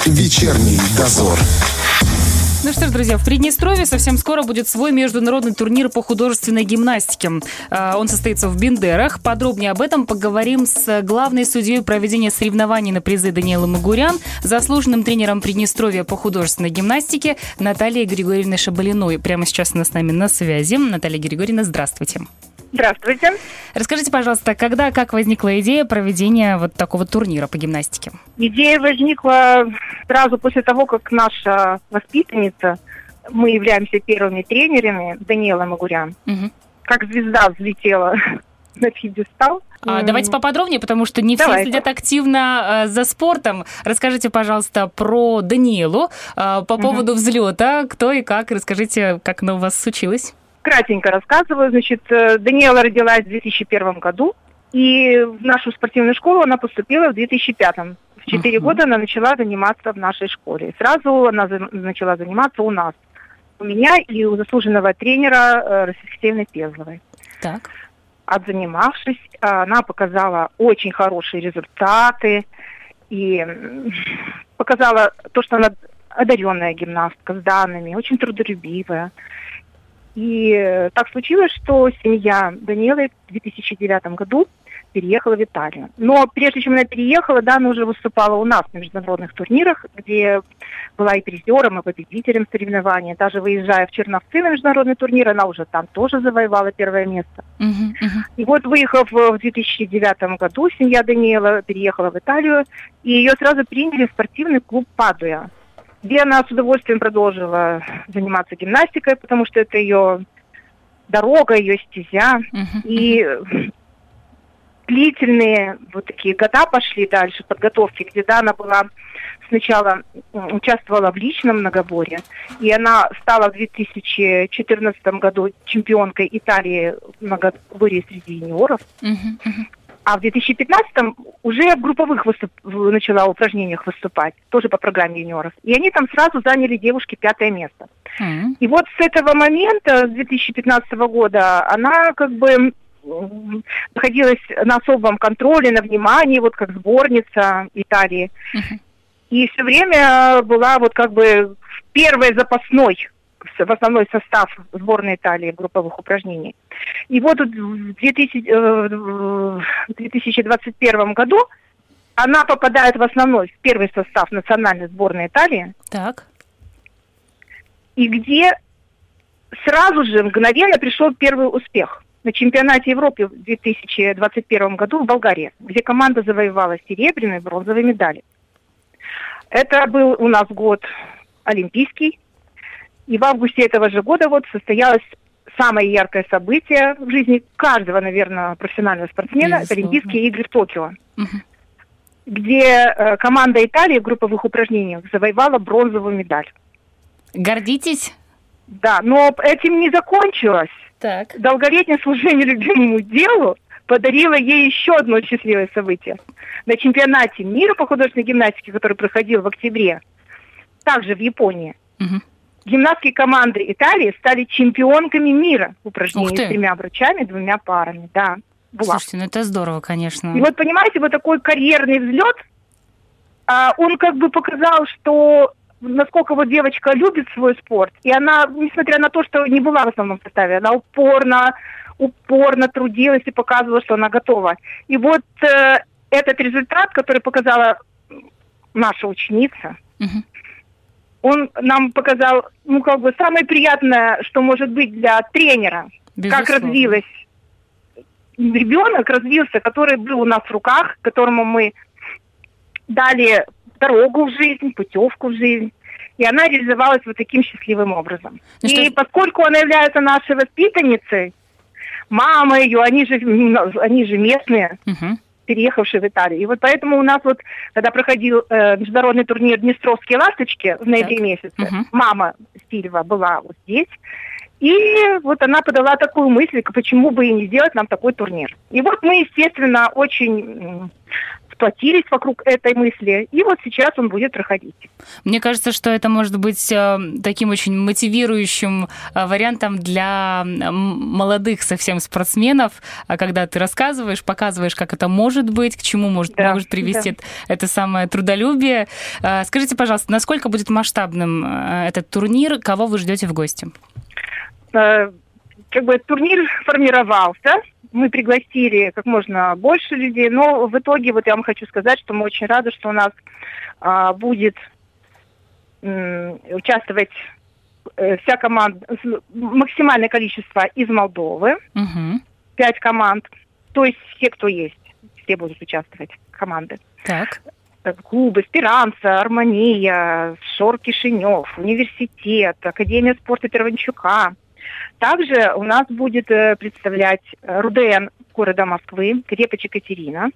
Вечерний дозор. Ну что ж, друзья, в Приднестровье совсем скоро будет свой международный турнир по художественной гимнастике. Он состоится в Бендерах. Подробнее об этом поговорим с главной судьей проведения соревнований на призы Даниэлой Магурян, заслуженным тренером Приднестровья по художественной гимнастике Натальей Григорьевной Шабалиной. Прямо сейчас она с нами на связи. Наталья Григорьевна, здравствуйте. Здравствуйте. Расскажите, пожалуйста, как возникла идея проведения вот такого турнира по гимнастике? Идея возникла сразу после того, как наша воспитанница, мы являемся первыми тренерами, Даниэла Магурян, как звезда взлетела на пьедестал. Давайте поподробнее, потому что не все следят активно за спортом. Расскажите, пожалуйста, про Даниэлу, по поводу взлета, кто и как. Расскажите, как оно у вас случилось. Кратенько рассказываю. Значит, Даниэла родилась в 2001 году, и в нашу спортивную школу она поступила в 2005. В 4 года она начала заниматься в нашей школе. Сразу она начала заниматься у нас. У меня и у заслуженного тренера Ростиславы Пезловой. Так. Отзанимавшись, она показала очень хорошие результаты и показала то, что она одаренная гимнастка с данными, очень трудолюбивая. И так случилось, что семья Даниэлы в 2009 году переехала в Италию. Но прежде чем она переехала, она уже выступала у нас на международных турнирах, где была и призером, и победителем соревнований. Даже выезжая в Черновцы на международный турнир, она уже там тоже завоевала первое место. И вот, выехав в 2009 году, семья Даниэла переехала в Италию, и ее сразу приняли в спортивный клуб «Падуя», где она с удовольствием продолжила заниматься гимнастикой, потому что это ее дорога, ее стезя. И длительные вот такие года пошли дальше подготовки, где она была сначала участвовала в личном многоборе, и она стала в 2014 году чемпионкой Италии в многоборье среди юниоров. А в 2015-м уже в групповых начала упражнениях выступать, тоже по программе юниоров. И они там сразу заняли девушки 5-е место. И вот с этого момента, с 2015 года, она как бы находилась на особом контроле, на внимании, вот как сборница Италии. И все время была вот как бы первой запасной в основной состав сборной Италии групповых упражнений. И вот в 2021 году она попадает в основной, в первый состав национальной сборной Италии. Так. И где сразу же мгновенно пришел первый успех на чемпионате Европы в 2021 году в Болгарии, где команда завоевала серебряные и бронзовые медали. Это был у нас год олимпийский. И в августе этого же года вот состоялось самое яркое событие в жизни каждого, наверное, профессионального спортсмена. Это Олимпийские игры в Токио, где команда Италии в групповых упражнениях завоевала бронзовую медаль. Гордитесь? Да, но этим не закончилось. Так. Долголетнее служение любимому делу подарило ей еще одно счастливое событие. На чемпионате мира по художественной гимнастике, который проходил в октябре, также в Японии, гимнастки команды Италии стали чемпионками мира в упражнении с 3 обручами, 2 парами. Да, была. Слушайте, ну это здорово, конечно. И вот, понимаете, вот такой карьерный взлет, он как бы показал, что насколько вот девочка любит свой спорт, и она, несмотря на то, что не была в основном составе, она упорно трудилась и показывала, что она готова. И вот этот результат, который показала наша ученица, он нам показал, ну, как бы, самое приятное, что может быть для тренера. Безусловно. Как развилась ребенок, развился, который был у нас в руках, которому мы дали дорогу в жизнь, путевку в жизнь. И она реализовалась вот таким счастливым образом. Ну, и поскольку она является нашей воспитанницей, мама ее, они же местные, переехавшие в Италию. И вот поэтому у нас вот, когда проходил международный турнир «Днестровские ласточки» в ноябре месяце, мама Сильва была вот здесь, и вот она подала такую мысль, почему бы и не сделать нам такой турнир. И вот мы, естественно, очень сплотились вокруг этой мысли, и вот сейчас он будет проходить. Мне кажется, что это может быть таким очень мотивирующим вариантом для молодых совсем спортсменов, когда ты рассказываешь, показываешь, как это может быть, к чему может привести это самое трудолюбие. Скажите, пожалуйста, насколько будет масштабным этот турнир, кого вы ждете в гости? Турнир формировался, мы пригласили как можно больше людей, но в итоге я вам хочу сказать, что мы очень рады, что у нас будет участвовать вся команда, максимальное количество из Молдовы, 5 команд, то есть все, кто есть, все будут участвовать, команды. Так. Клубы «Спиранца», «Армония», «Шор Кишинев», «Университет», Академия спорта Первенчука. Также у нас будет представлять РУДН города Москвы, крепость Екатерина.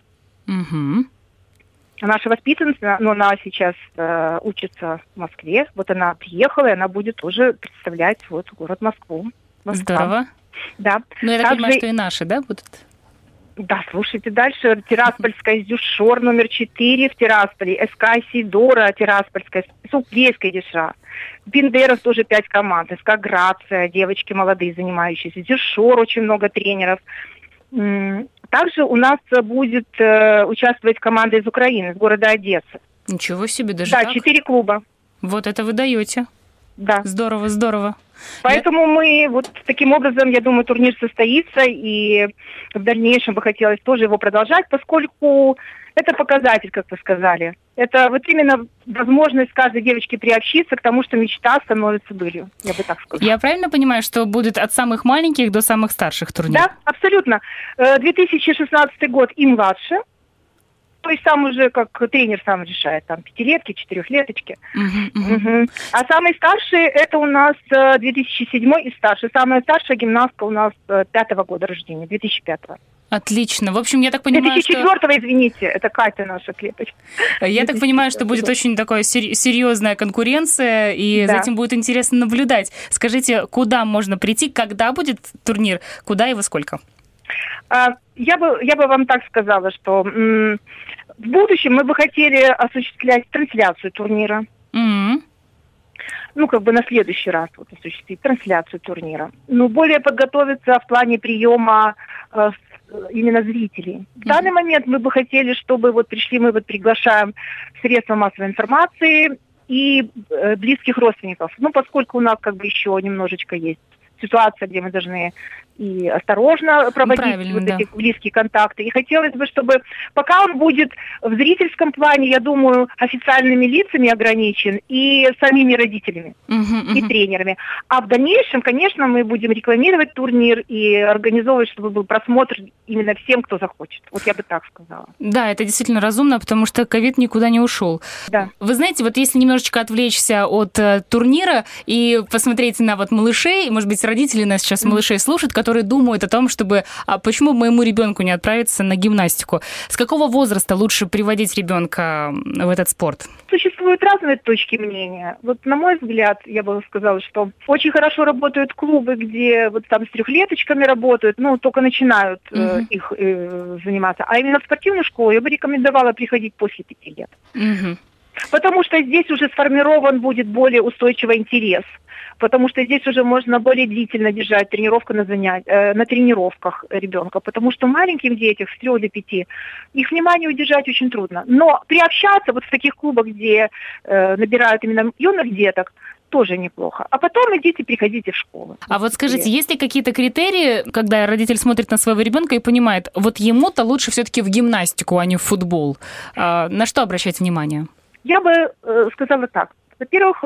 Наша воспитанница, но она сейчас учится в Москве. Вот она приехала, и она будет тоже представлять город Москву. Москва. Здорово. Да. Ну, я так понимаю, что и наши, да, будут? Да, слушайте, дальше Тираспольская «Дюшор» номер 4 в Тирасполе, СК «Сидора» Тираспольская, Суплейская «Дюша». В Бендерах тоже 5 команд, СК «Грация», девочки молодые, занимающиеся, «Дюшор», очень много тренеров. Также у нас будет участвовать команда из Украины, из города Одессы. Ничего себе, даже да, так? 4 клуба. Вот это вы даете. Да. Здорово, здорово. Поэтому мы таким образом, я думаю, турнир состоится, и в дальнейшем бы хотелось тоже его продолжать, поскольку это показатель, как вы сказали. Это именно возможность каждой девочки приобщиться к тому, что мечта становится былью, я бы так сказала. Я правильно понимаю, что будет от самых маленьких до самых старших турниров? Да, абсолютно. 2016 год и младше. То есть сам уже, как тренер сам решает, там, 5-летки, 4-леточки. А самые старшие, это у нас 2007 и старше. Самая старшая гимнастка у нас 5-го года рождения, 2005-го. Отлично. В общем, я так понимаю, 2004-го, извините, это Катя наша крепость. Я так понимаю, что будет очень такая серьезная конкуренция, и за этим будет интересно наблюдать. Скажите, куда можно прийти, когда будет турнир, куда и во сколько? Я бы вам так сказала, что в будущем мы бы хотели осуществлять трансляцию турнира. На следующий раз осуществить трансляцию турнира. Более подготовиться в плане приема именно зрителей. В данный момент мы бы хотели, чтобы пришли, мы приглашаем средства массовой информации и близких родственников. Поскольку у нас еще немножечко есть ситуация, где мы должны и осторожно проводить эти близкие контакты. И хотелось бы, чтобы пока он будет в зрительском плане, я думаю, официальными лицами ограничен и самими родителями и тренерами. А в дальнейшем, конечно, мы будем рекламировать турнир и организовывать, чтобы был просмотр именно всем, кто захочет. Я бы так сказала. Да, это действительно разумно, потому что ковид никуда не ушел. Да. Вы знаете, если немножечко отвлечься от турнира и посмотреть на малышей, может быть, родители нас сейчас малышей слушают, которые думают о том, почему моему ребенку не отправиться на гимнастику. С какого возраста лучше приводить ребенка в этот спорт? Существуют разные точки мнения. На мой взгляд, я бы сказала, что очень хорошо работают клубы, где там с 3-леточками работают, только начинают их заниматься. А именно в спортивную школу я бы рекомендовала приходить после 5 лет. Потому что здесь уже сформирован будет более устойчивый интерес. Потому что здесь уже можно более длительно держать тренировку на тренировках ребенка. Потому что маленьким детям с 3 до 5 их внимание удержать очень трудно. Но приобщаться в таких клубах, где набирают именно юных деток, тоже неплохо. А потом идите, приходите в школу. А скажите, есть ли какие-то критерии, когда родитель смотрит на своего ребенка и понимает, ему-то лучше все-таки в гимнастику, а не в футбол? На что обращать внимание? Я бы сказала так. Во-первых,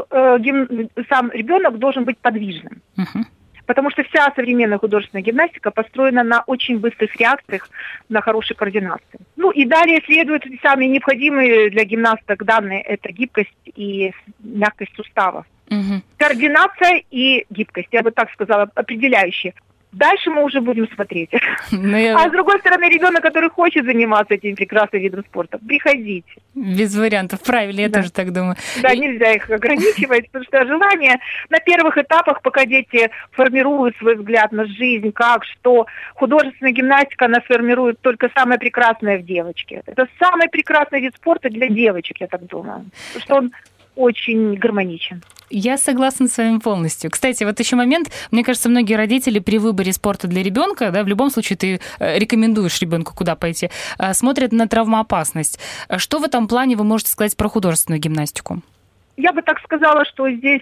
сам ребенок должен быть подвижным. Потому что вся современная художественная гимнастика построена на очень быстрых реакциях, на хорошей координации. И далее следуют самые необходимые для гимнасток данные. Это гибкость и мягкость суставов. Координация и гибкость, я бы так сказала, определяющие. Дальше мы уже будем смотреть. Ну, А с другой стороны, ребенок, который хочет заниматься этим прекрасным видом спорта, приходите. Без вариантов, правильно, я тоже так думаю. Да, нельзя их ограничивать, потому что желание на первых этапах, пока дети формируют свой взгляд на жизнь, как, что, художественная гимнастика, она сформирует только самое прекрасное в девочке. Это самый прекрасный вид спорта для девочек, я так думаю, потому что он очень гармоничен. Я согласна с вами полностью. Кстати, вот еще момент. Мне кажется, многие родители при выборе спорта для ребенка, да, в любом случае ты рекомендуешь ребенку куда пойти, смотрят на травмоопасность. Что в этом плане вы можете сказать про художественную гимнастику? Я бы так сказала, что здесь,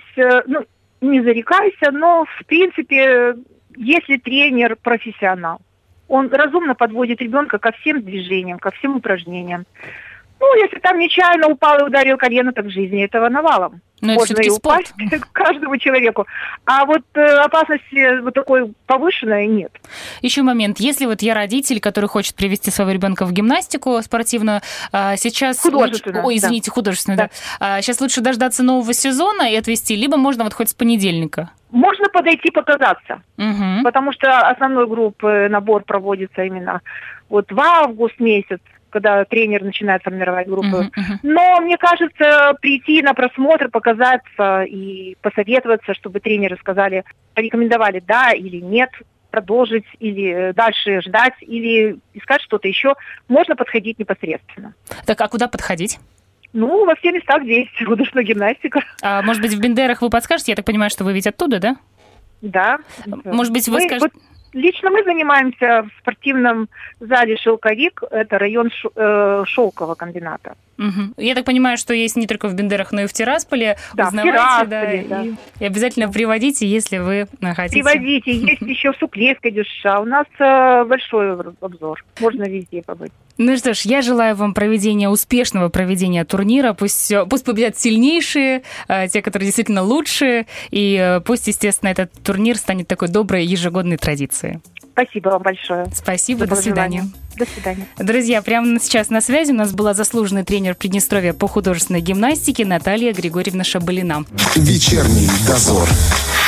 не зарекайся, но в принципе, если тренер профессионал, он разумно подводит ребенка ко всем движениям, ко всем упражнениям. Ну, если там нечаянно упал и ударил колено, так в жизни этого навалом. Но можно и упасть каждому человеку. А вот опасности вот такой повышенной нет. Еще момент. Если вот я родитель, который хочет привести своего ребенка в гимнастику спортивную, сейчас... Художественную. Художественную, да. Сейчас лучше дождаться нового сезона и отвести, либо можно вот хоть с понедельника. Можно подойти показаться, потому что основной группы набор проводится именно вот в август месяц, когда тренер начинает формировать группу. Но, мне кажется, прийти на просмотр, показаться и посоветоваться, чтобы тренеры сказали, порекомендовали да или нет, продолжить или дальше ждать, или искать что-то еще, можно подходить непосредственно. Так, а куда подходить? Ну, во все места, где есть художественная гимнастика. А, может быть, в Бендерах вы подскажете? Я так понимаю, что вы ведь оттуда, да? Да. Может быть, вы скажете... Лично мы занимаемся в спортивном зале «Шелковик». Это район шелкового комбината. Я так понимаю, что есть не только в Бендерах, но и в Тирасполе. Да, узнавайте, в Тирасполе, да. И обязательно приводите, если вы хотите. Приводите. Есть еще в Суклейской Дюша. У нас большой обзор. Можно везде побыть. Ну что ж, я желаю вам успешного проведения турнира. Пусть победят сильнейшие, те, которые действительно лучшие. И пусть, естественно, этот турнир станет такой доброй ежегодной традицией. Спасибо вам большое. Спасибо, до свидания. До свидания. Друзья, прямо сейчас на связи у нас была заслуженный тренер Приднестровья по художественной гимнастике Наталья Григорьевна Шабалина. Вечерний дозор.